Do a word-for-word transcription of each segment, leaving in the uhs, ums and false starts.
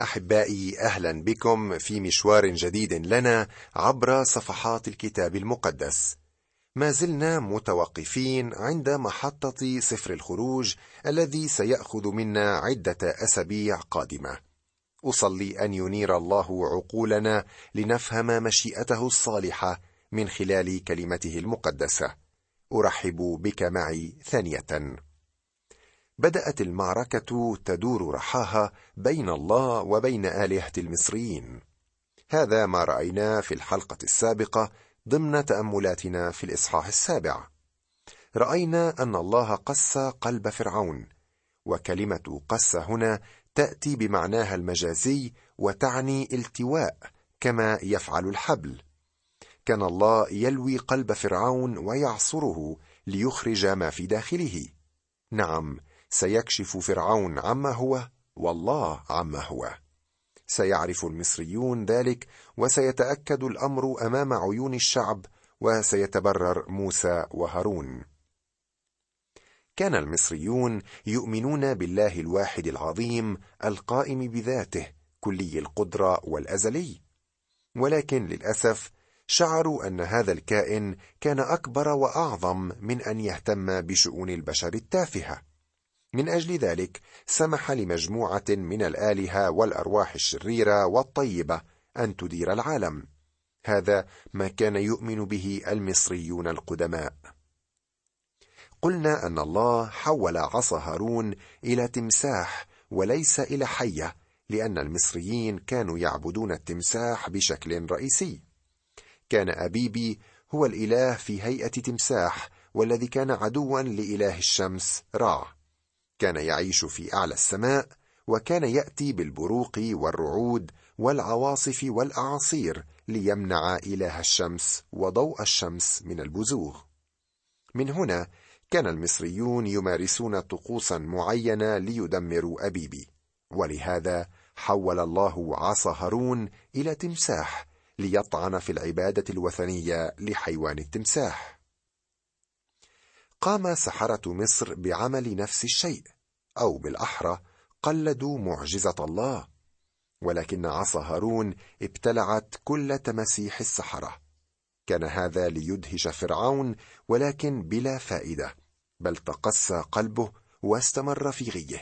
أحبائي، أهلا بكم في مشوار جديد لنا عبر صفحات الكتاب المقدس. ما زلنا متوقفين عند محطة سفر الخروج الذي سيأخذ منا عدة أسابيع قادمة. أصلي أن ينير الله عقولنا لنفهم مشيئته الصالحة من خلال كلمته المقدسة. أرحب بك معي ثانية. بدأت المعركة تدور رحاها بين الله وبين آلهة المصريين. هذا ما رأيناه في الحلقة السابقة ضمن تأملاتنا في الإصحاح السابع. رأينا أن الله قسى قلب فرعون، وكلمة قسى هنا تأتي بمعناها المجازي وتعني التواء كما يفعل الحبل. كان الله يلوي قلب فرعون ويعصره ليخرج ما في داخله. نعم، سيكشف فرعون عما هو والله عما هو. سيعرف المصريون ذلك، وسيتأكد الأمر أمام عيون الشعب، وسيتبرر موسى وهارون. كان المصريون يؤمنون بالله الواحد العظيم القائم بذاته كلي القدرة والأزلي، ولكن للأسف شعروا أن هذا الكائن كان أكبر وأعظم من أن يهتم بشؤون البشر التافهة. من أجل ذلك سمح لمجموعة من الآلهة والأرواح الشريرة والطيبة أن تدير العالم. هذا ما كان يؤمن به المصريون القدماء. قلنا أن الله حول عصا هارون إلى تمساح وليس إلى حية، لأن المصريين كانوا يعبدون التمساح بشكل رئيسي. كان أبيبي هو الإله في هيئة تمساح، والذي كان عدوا لإله الشمس رع. كان يعيش في أعلى السماء، وكان يأتي بالبروق والرعود والعواصف والأعاصير ليمنع إله الشمس وضوء الشمس من البزوغ. من هنا كان المصريون يمارسون طقوسا معينة ليدمروا أبيبي، ولهذا حول الله عصا هارون إلى تمساح ليطعن في العبادة الوثنية لحيوان التمساح. قام سحرة مصر بعمل نفس الشيء، أو بالأحرى قلدوا معجزة الله، ولكن عصا هارون ابتلعت كل تماسيح السحرة. كان هذا ليدهش فرعون، ولكن بلا فائدة، بل تقسى قلبه واستمر في غيه.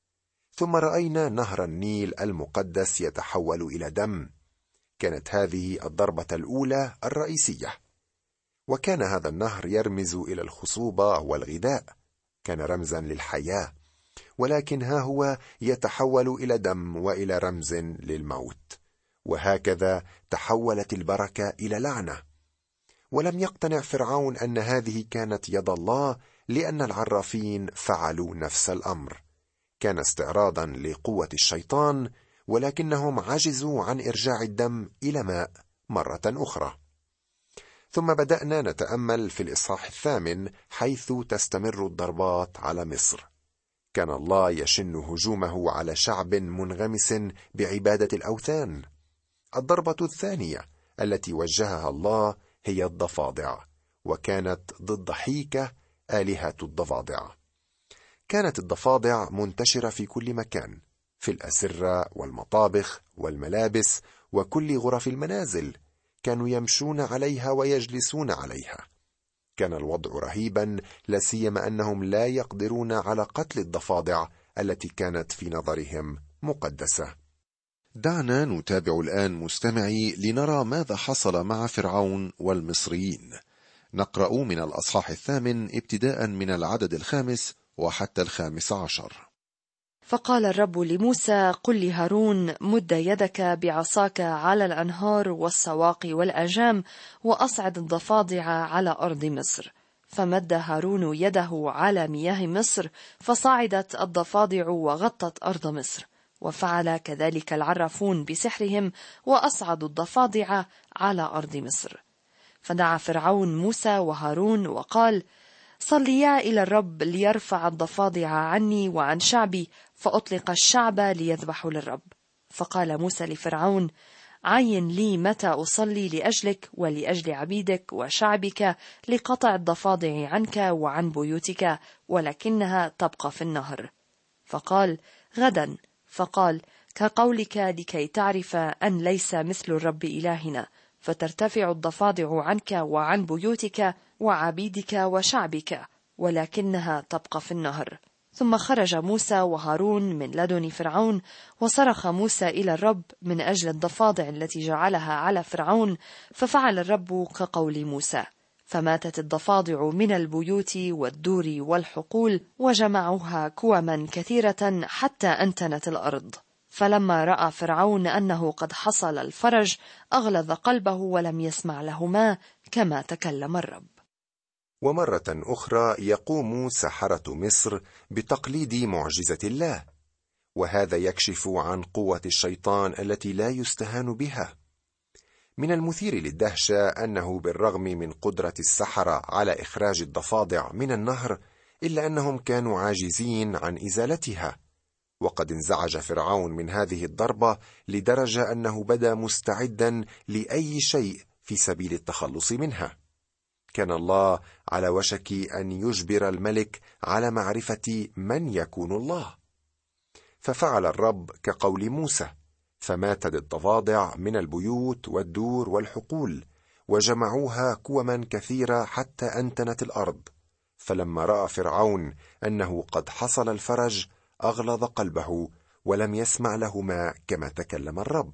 ثم رأينا نهر النيل المقدس يتحول إلى دم. كانت هذه الضربة الأولى الرئيسية، وكان هذا النهر يرمز إلى الخصوبة والغذاء، كان رمزا للحياة، ولكن ها هو يتحول إلى دم وإلى رمز للموت. وهكذا تحولت البركة إلى لعنة. ولم يقتنع فرعون أن هذه كانت يد الله، لأن العرافين فعلوا نفس الأمر. كان استعراضا لقوة الشيطان، ولكنهم عجزوا عن إرجاع الدم إلى ماء مرة أخرى. ثم بدأنا نتأمل في الإصحاح الثامن، حيث تستمر الضربات على مصر. كان الله يشن هجومه على شعب منغمس بعبادة الأوثان. الضربة الثانية التي وجهها الله هي الضفادع، وكانت ضد حيكة آلهة الضفادع. كانت الضفادع منتشرة في كل مكان، في الأسرة والمطابخ والملابس وكل غرف المنازل. كانوا يمشون عليها ويجلسون عليها. كان الوضع رهيبا، لا سيما أنهم لا يقدرون على قتل الضفادع التي كانت في نظرهم مقدسة. دعنا نتابع الآن مستمعي لنرى ماذا حصل مع فرعون والمصريين. نقرأ من الأصحاح الثامن ابتداء من العدد الخامس وحتى الخامس عشر. فقال الرب لموسى: قل لهارون: مد يدك بعصاك على الأنهار والسواقي والأجام، وأصعد الضفادع على أرض مصر. فمد هارون يده على مياه مصر، فصعدت الضفادع وغطت أرض مصر. وفعل كذلك العرافون بسحرهم، وأصعدوا الضفادع على أرض مصر. فدعا فرعون موسى وهارون وقال: صليا إلى الرب ليرفع الضفادع عني وعن شعبي، فأطلق الشعب ليذبحوا للرب. فقال موسى لفرعون: عين لي متى أصلي لأجلك ولأجل عبيدك وشعبك لقطع الضفادع عنك وعن بيوتك، ولكنها تبقى في النهر. فقال: غدا. فقال: كقولك لكي تعرف أن ليس مثل الرب إلهنا، فترتفع الضفادع عنك وعن بيوتك وعبيدك وشعبك، ولكنها تبقى في النهر. ثم خرج موسى وهارون من لدن فرعون، وصرخ موسى إلى الرب من أجل الضفادع التي جعلها على فرعون، ففعل الرب كقول موسى، فماتت الضفادع من البيوت والدور والحقول، وجمعوها كوما كثيرة حتى أنتنت الأرض. فلما رأى فرعون أنه قد حصل الفرج أغلظ قلبه ولم يسمع لهما، كما تكلم الرب. ومرة أخرى يقوم سحرة مصر بتقليد معجزة الله، وهذا يكشف عن قوة الشيطان التي لا يستهان بها. من المثير للدهشة أنه بالرغم من قدرة السحرة على إخراج الضفادع من النهر، إلا أنهم كانوا عاجزين عن إزالتها. وقد انزعج فرعون من هذه الضربة لدرجة أنه بدا مستعدا لأي شيء في سبيل التخلص منها. كان الله على وشك أن يجبر الملك على معرفة من يكون الله، ففعل الرب كقول موسى، فماتت الضفادع من البيوت والدور والحقول، وجمعوها كوما كثيرة حتى أنتنت الأرض. فلما رأى فرعون أنه قد حصل الفرج أغلظ قلبه ولم يسمع لهما، كما تكلم الرب.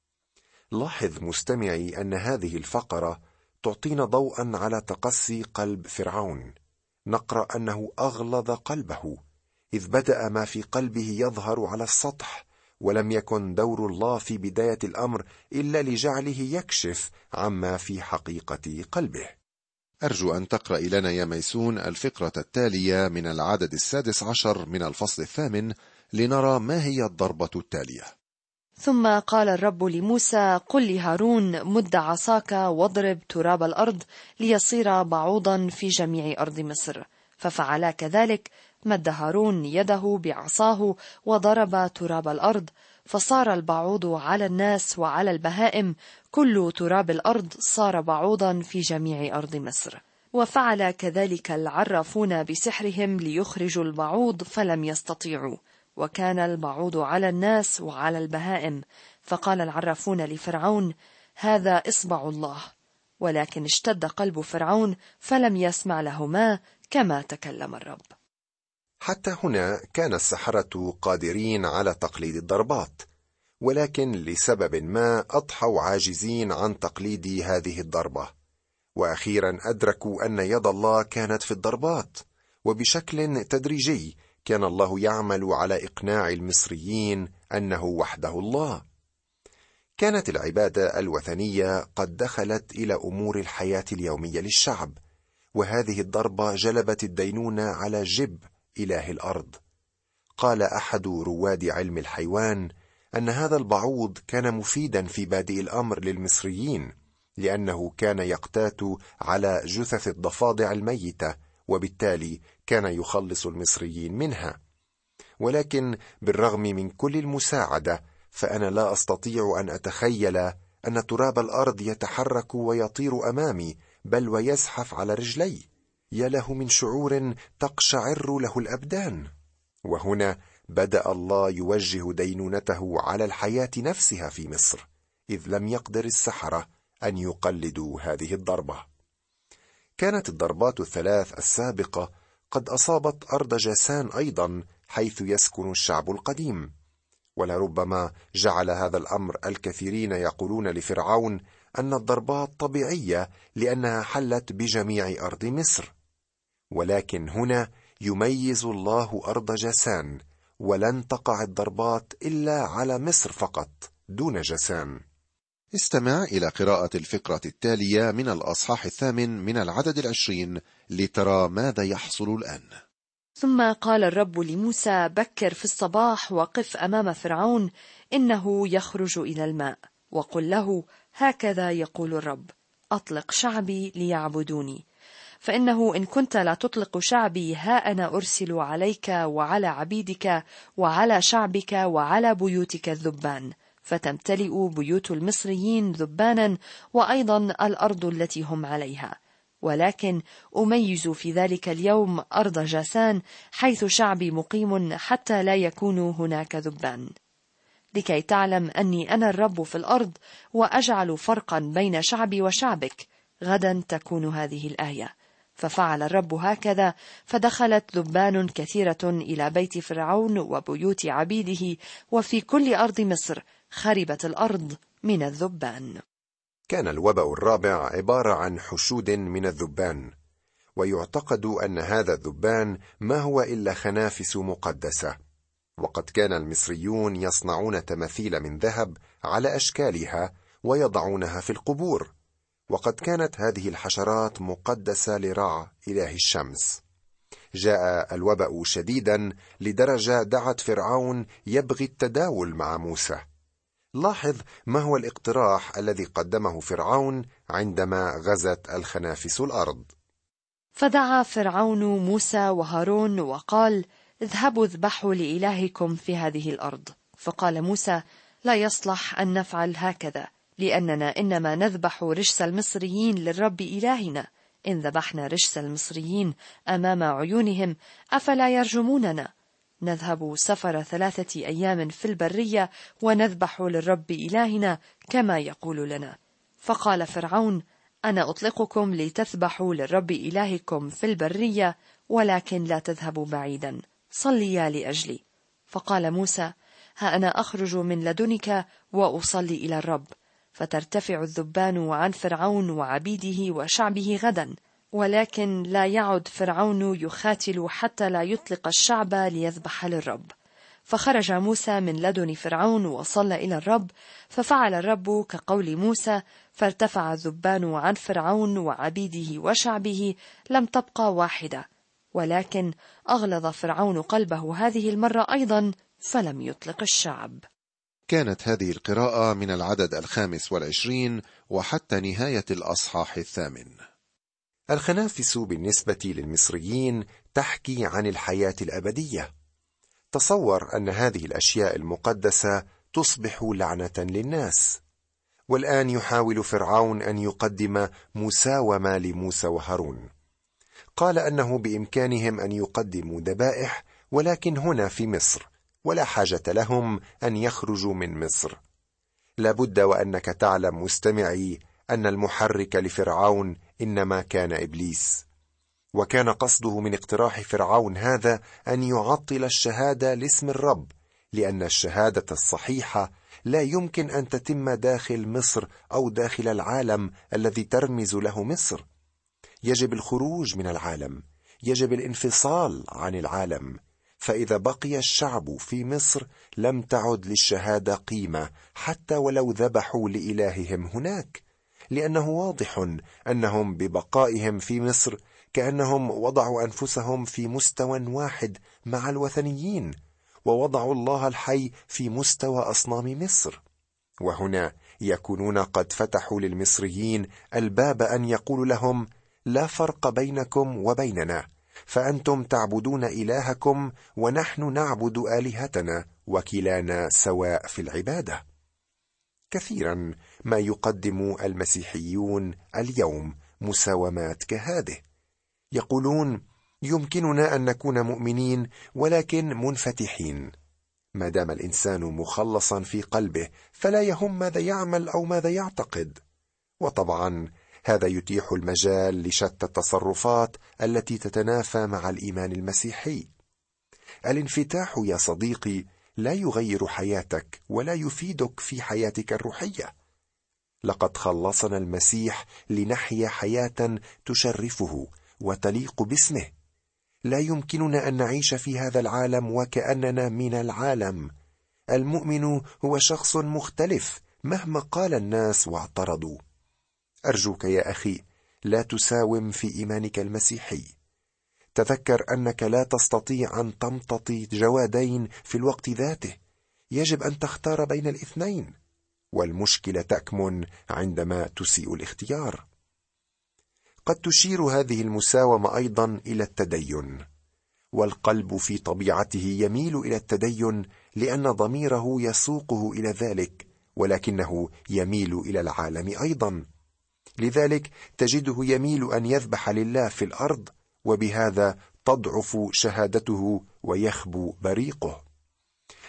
لاحظ مستمعي أن هذه الفقرة تعطينا ضوءا على تقسي قلب فرعون. نقرأ أنه أغلظ قلبه، إذ بدأ ما في قلبه يظهر على السطح، ولم يكن دور الله في بداية الأمر إلا لجعله يكشف عما في حقيقة قلبه. أرجو أن تقرأ لنا يا ميسون الفقرة التالية من العدد السادس عشر من الفصل الثامن لنرى ما هي الضربة التالية. ثم قال الرب لموسى: قل لهارون: مد عصاك واضرب تراب الأرض ليصير بعوضا في جميع أرض مصر. ففعلا كذلك، مد هارون يده بعصاه وضرب تراب الأرض، فصار البعوض على الناس وعلى البهائم، كل تراب الأرض صار بعوضا في جميع أرض مصر. وفعل كذلك العرافون بسحرهم ليخرجوا البعوض فلم يستطيعوا، وكان البعوض على الناس وعلى البهائم. فقال العرافون لفرعون: هذا إصبع الله. ولكن اشتد قلب فرعون فلم يسمع لهما، كما تكلم الرب. حتى هنا كان السحرة قادرين على تقليد الضربات، ولكن لسبب ما أضحوا عاجزين عن تقليد هذه الضربة. وأخيرا أدركوا أن يد الله كانت في الضربات، وبشكل تدريجي كان الله يعمل على إقناع المصريين أنه وحده الله. كانت العبادة الوثنية قد دخلت إلى أمور الحياة اليومية للشعب، وهذه الضربة جلبت الدينونة على جب إله الأرض. قال أحد رواد علم الحيوان أن هذا البعوض كان مفيدا في بادئ الأمر للمصريين، لأنه كان يقتات على جثث الضفادع الميتة، وبالتالي كان يخلص المصريين منها. ولكن بالرغم من كل المساعدة، فأنا لا أستطيع أن أتخيل أن تراب الأرض يتحرك ويطير أمامي، بل ويزحف على رجلي. يا له من شعور تقشعر له الأبدان. وهنا بدأ الله يوجه دينونته على الحياة نفسها في مصر، إذ لم يقدر السحرة أن يقلدوا هذه الضربة. كانت الضربات الثلاث السابقة قد أصابت أرض جاسان أيضا، حيث يسكن الشعب القديم، ولربما جعل هذا الأمر الكثيرين يقولون لفرعون أن الضربات طبيعية لأنها حلت بجميع أرض مصر. ولكن هنا يميز الله أرض جاسان، ولن تقع الضربات إلا على مصر فقط دون جاسان. استمع إلى قراءة الفقرة التالية من الأصحاح الثامن من العدد العشرين لترى ماذا يحصل الآن. ثم قال الرب لموسى: بكر في الصباح وقف أمام فرعون، إنه يخرج إلى الماء، وقل له: هكذا يقول الرب: أطلق شعبي ليعبدوني. فإنه إن كنت لا تطلق شعبي، ها أنا أرسل عليك وعلى عبيدك وعلى شعبك وعلى بيوتك الذبان، فتمتلئ بيوت المصريين ذبانا، وأيضا الأرض التي هم عليها. ولكن أميز في ذلك اليوم أرض جاسان، حيث شعبي مقيم، حتى لا يكون هناك ذبان. لكي تعلم أني أنا الرب في الأرض وأجعل فرقا بين شعبي وشعبك. غدا تكون هذه الآية. ففعل الرب هكذا، فدخلت ذبان كثيرة إلى بيت فرعون وبيوت عبيده، وفي كل أرض مصر خربت الأرض من الذبان. كان الوباء الرابع عبارة عن حشود من الذبان، ويعتقد أن هذا الذبان ما هو إلا خنافس مقدسة. وقد كان المصريون يصنعون تماثيل من ذهب على أشكالها ويضعونها في القبور، وقد كانت هذه الحشرات مقدسة لرع إله الشمس. جاء الوباء شديدا لدرجة دعت فرعون يبغي التداول مع موسى. لاحظ ما هو الاقتراح الذي قدمه فرعون عندما غزت الخنافس الأرض. فدعا فرعون موسى وهارون وقال: اذهبوا اذبحوا لإلهكم في هذه الأرض. فقال موسى: لا يصلح أن نفعل هكذا، لأننا إنما نذبح رجس المصريين للرب إلهنا. إن ذبحنا رجس المصريين أمام عيونهم أفلا يرجموننا؟ نذهب سفر ثلاثة أيام في البرية ونذبح للرب إلهنا كما يقول لنا. فقال فرعون: أنا أطلقكم لتذبحوا للرب إلهكم في البرية، ولكن لا تذهبوا بعيدا، صليا لأجلي. فقال موسى: ها أنا أخرج من لدنك وأصلي إلى الرب، فترتفع الذبان عن فرعون وعبيده وشعبه غدا، ولكن لا يعد فرعون يخاتل حتى لا يطلق الشعب ليذبح للرب. فخرج موسى من لدن فرعون وصلى إلى الرب، ففعل الرب كقول موسى، فارتفع الذبان عن فرعون وعبيده وشعبه، لم تبقى واحدة. ولكن أغلظ فرعون قلبه هذه المرة أيضا، فلم يطلق الشعب. كانت هذه القراءة من العدد الخامس والعشرين وحتى نهاية الأصحاح الثامن. الخنافس بالنسبة للمصريين تحكي عن الحياة الأبدية. تصور أن هذه الأشياء المقدسة تصبح لعنة للناس. والآن يحاول فرعون أن يقدم مساومة لموسى وهارون. قال أنه بإمكانهم أن يقدموا ذبائح، ولكن هنا في مصر، ولا حاجة لهم أن يخرجوا من مصر. لابد وأنك تعلم مستمعي أن المحرك لفرعون إنما كان إبليس، وكان قصده من اقتراح فرعون هذا أن يعطل الشهادة لاسم الرب، لأن الشهادة الصحيحة لا يمكن أن تتم داخل مصر أو داخل العالم الذي ترمز له مصر. يجب الخروج من العالم، يجب الانفصال عن العالم. فإذا بقي الشعب في مصر لم تعد للشهادة قيمة، حتى ولو ذبحوا لإلههم هناك، لأنه واضح أنهم ببقائهم في مصر كأنهم وضعوا أنفسهم في مستوى واحد مع الوثنيين، ووضعوا الله الحي في مستوى أصنام مصر. وهنا يكونون قد فتحوا للمصريين الباب أن يقولوا لهم: لا فرق بينكم وبيننا، فأنتم تعبدون إلهكم ونحن نعبد آلهتنا، وكلانا سواء في العبادة. كثيرا ما يقدم المسيحيون اليوم مساومات كهذه. يقولون: يمكننا أن نكون مؤمنين ولكن منفتحين. ما دام الإنسان مخلصا في قلبه فلا يهم ماذا يعمل أو ماذا يعتقد. وطبعا هذا يتيح المجال لشتى التصرفات التي تتنافى مع الإيمان المسيحي. الانفتاح يا صديقي لا يغير حياتك ولا يفيدك في حياتك الروحية. لقد خلصنا المسيح لنحيا حياة تشرفه وتليق باسمه. لا يمكننا أن نعيش في هذا العالم وكأننا من العالم. المؤمن هو شخص مختلف مهما قال الناس واعترضوا. أرجوك يا أخي لا تساوم في إيمانك المسيحي. تذكر أنك لا تستطيع أن تمتطي جوادين في الوقت ذاته. يجب أن تختار بين الاثنين، والمشكلة تكمن عندما تسيء الاختيار. قد تشير هذه المساومة أيضا إلى التدين، والقلب في طبيعته يميل إلى التدين لأن ضميره يسوقه إلى ذلك، ولكنه يميل إلى العالم أيضا. لذلك تجده يميل أن يذبح لله في الأرض، وبهذا تضعف شهادته ويخبو بريقه.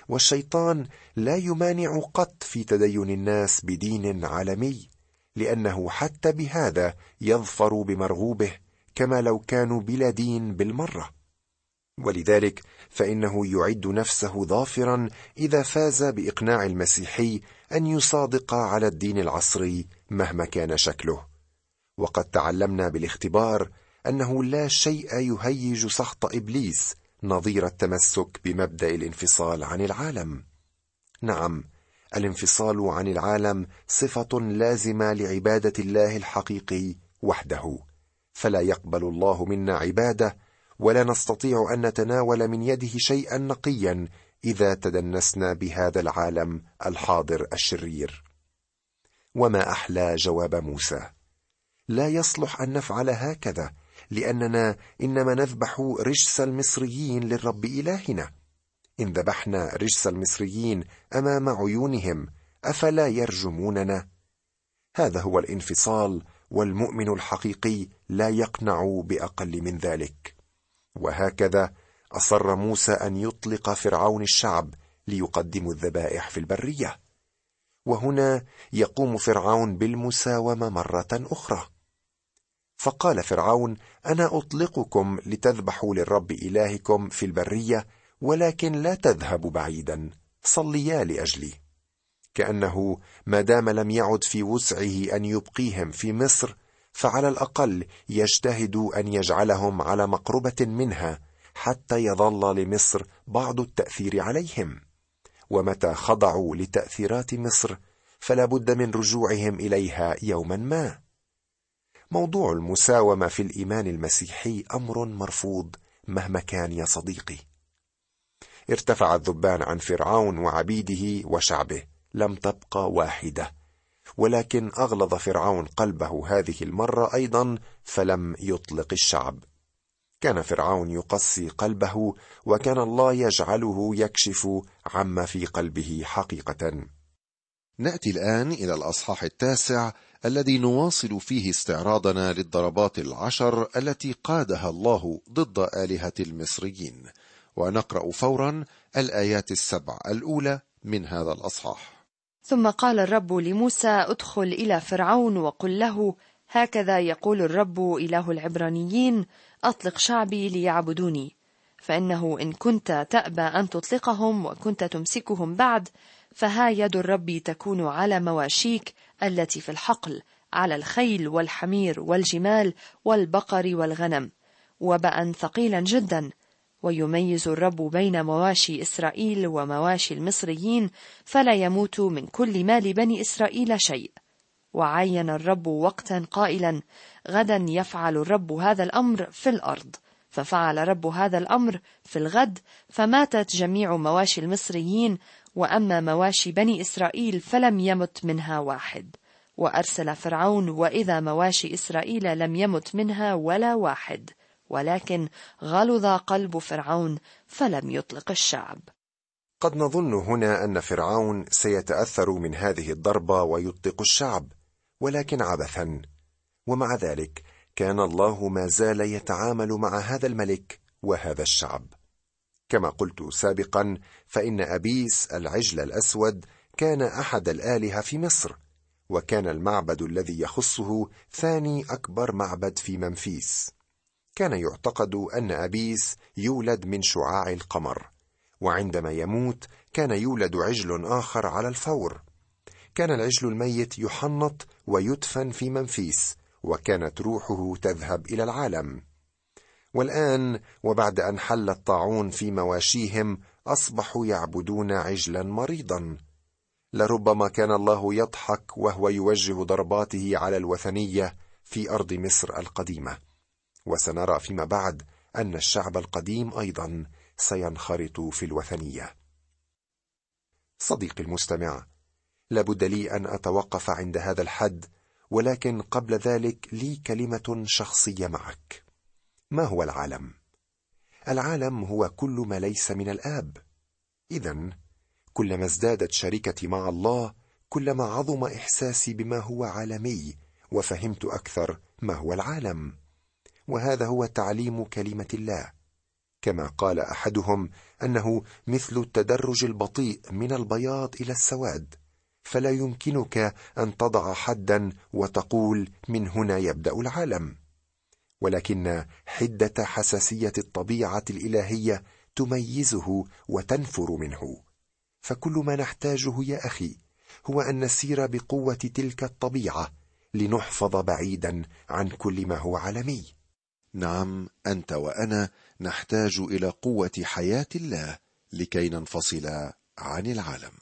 والشيطان لا يمانع قط في تدين الناس بدين عالمي، لأنه حتى بهذا يظفر بمرغوبه كما لو كانوا بلا دين بالمرة. ولذلك فإنه يعد نفسه ظافرا إذا فاز بإقناع المسيحي أن يصادق على الدين العصري مهما كان شكله. وقد تعلمنا بالاختبار أنه لا شيء يهيج سخط إبليس نظير التمسك بمبدأ الانفصال عن العالم. نعم، الانفصال عن العالم صفة لازمة لعبادة الله الحقيقي وحده، فلا يقبل الله منا عبادة، ولا نستطيع أن نتناول من يده شيئا نقيا إذا تدنسنا بهذا العالم الحاضر الشرير. وما أحلى جواب موسى: لا يصلح أن نفعل هكذا، لأننا إنما نذبح رجس المصريين للرب إلهنا. إن ذبحنا رجس المصريين أمام عيونهم أفلا يرجموننا؟ هذا هو الانفصال، والمؤمن الحقيقي لا يقنع بأقل من ذلك. وهكذا أصر موسى أن يطلق فرعون الشعب ليقدموا الذبائح في البرية. وهنا يقوم فرعون بالمساومة مرة أخرى، فقال فرعون: أنا أطلقكم لتذبحوا للرب إلهكم في البرية، ولكن لا تذهبوا بعيدا، صليا لأجلي. كأنه ما دام لم يعد في وسعه أن يبقيهم في مصر، فعلى الأقل يجتهد أن يجعلهم على مقربة منها حتى يظل لمصر بعض التأثير عليهم. ومتى خضعوا لتأثيرات مصر فلا بد من رجوعهم إليها يوما ما. موضوع المساومة في الإيمان المسيحي أمر مرفوض مهما كان يا صديقي. ارتفع الذبان عن فرعون وعبيده وشعبه، لم تبقى واحدة، ولكن أغلظ فرعون قلبه هذه المرة أيضا فلم يطلق الشعب. كان فرعون يقسي قلبه، وكان الله يجعله يكشف عما في قلبه حقيقة. نأتي الآن إلى الأصحاح التاسع الذي نواصل فيه استعراضنا للضربات العشر التي قادها الله ضد آلهة المصريين، ونقرأ فورا الآيات السبع الأولى من هذا الأصحاح. ثم قال الرب لموسى: ادخل إلى فرعون وقل له: هكذا يقول الرب إله العبرانيين: أطلق شعبي ليعبدوني. فإنه إن كنت تأبى أن تطلقهم وكنت تمسكهم بعد، فها يد الرب تكون على مواشيك التي في الحقل، على الخيل والحمير والجمال والبقر والغنم، وبأ ثقيلا جدا. ويميز الرب بين مواشي إسرائيل ومواشي المصريين، فلا يموت من كل مال بني إسرائيل شيء. وعين الرب وقتا قائلا: غدا يفعل الرب هذا الأمر في الأرض. ففعل رب هذا الأمر في الغد، فماتت جميع مواشي المصريين، وأما مواشي بني إسرائيل فلم يمت منها واحد. وأرسل فرعون، وإذا مواشي إسرائيل لم يمت منها ولا واحد، ولكن غلظ قلب فرعون فلم يطلق الشعب. قد نظن هنا أن فرعون سيتأثر من هذه الضربة ويطلق الشعب، ولكن عبثا. ومع ذلك كان الله ما زال يتعامل مع هذا الملك وهذا الشعب. كما قلت سابقا، فإن أبيس العجل الأسود كان أحد الآلهة في مصر، وكان المعبد الذي يخصه ثاني أكبر معبد في منفيس. كان يعتقد أن أبيس يولد من شعاع القمر، وعندما يموت كان يولد عجل آخر على الفور. كان العجل الميت يحنط ويدفن في منفيس، وكانت روحه تذهب إلى العالم. والآن وبعد أن حل الطاعون في مواشيهم أصبحوا يعبدون عجلا مريضا. لربما كان الله يضحك وهو يوجه ضرباته على الوثنية في أرض مصر القديمة، وسنرى فيما بعد أن الشعب القديم أيضا سينخرط في الوثنية. صديقي المستمع، لابد لي أن أتوقف عند هذا الحد، ولكن قبل ذلك لي كلمة شخصية معك. ما هو العالم؟ العالم هو كل ما ليس من الآب. إذن كلما ازدادت شركتي مع الله، كلما عظم إحساسي بما هو عالمي، وفهمت أكثر ما هو العالم. وهذا هو تعليم كلمة الله. كما قال أحدهم أنه مثل التدرج البطيء من البياض إلى السواد، فلا يمكنك أن تضع حدا وتقول من هنا يبدأ العالم، ولكن حدة حساسية الطبيعة الإلهية تميزه وتنفر منه. فكل ما نحتاجه يا أخي هو أن نسير بقوة تلك الطبيعة لنحفظ بعيدا عن كل ما هو عالمي. نعم، أنت وأنا نحتاج إلى قوة حياة الله لكي ننفصل عن العالم.